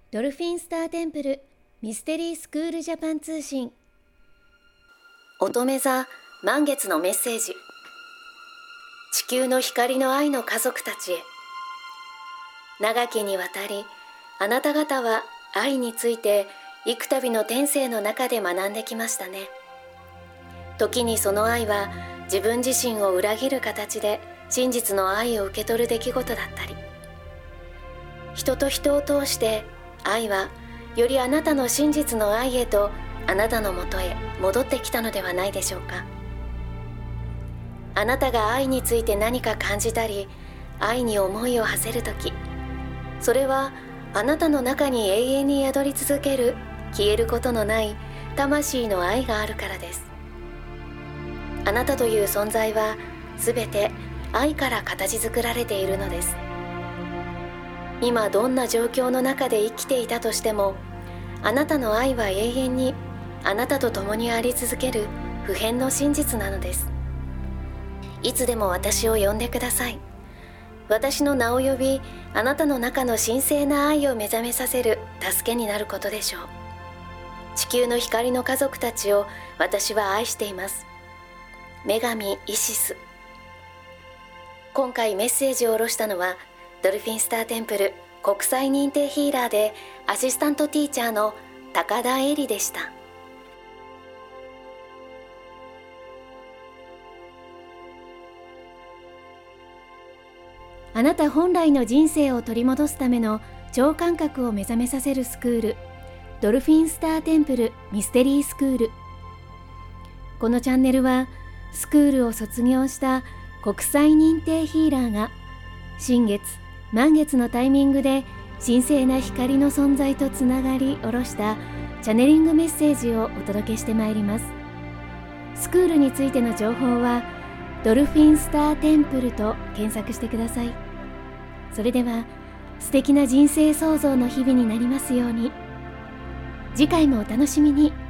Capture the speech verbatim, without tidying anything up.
ドルフィンスターテンプルミステリースクールジャパン通信。乙女座満月のメッセージ。地球の光の愛の家族たちへ。長きにわたりあなた方は愛について幾度の天性の中で学んできましたね。時にその愛は自分自身を裏切る形で真実の愛を受け取る出来事だったり、人と人を通して愛はよりあなたの真実の愛へとあなたのもとへ戻ってきたのではないでしょうか。あなたが愛について何か感じたり、愛に思いを馳せるとき、それはあなたの中に永遠に宿り続ける消えることのない魂の愛があるからです。あなたという存在はすべて愛から形作られているのです。今どんな状況の中で生きていたとしても、あなたの愛は永遠にあなたと共にあり続ける不変の真実なのです。いつでも私を呼んでください。私の名を呼び、あなたの中の神聖な愛を目覚めさせる助けになることでしょう。地球の光の家族たちを私は愛しています。女神イシス。今回メッセージを下ろしたのはドルフィンスターテンプル国際認定ヒーラーでアシスタントティーチャーの高田恵里でした。あなた本来の人生を取り戻すための超感覚を目覚めさせるスクール、ドルフィンスターテンプルミステリースクール。このチャンネルはスクールを卒業した国際認定ヒーラーが新月満月のタイミングで神聖な光の存在とつながり下ろしたチャネリングメッセージをお届けしてまいります。スクールについての情報はドルフィンスターテンプルと検索してください。それでは素敵な人生創造の日々になりますように。次回もお楽しみに。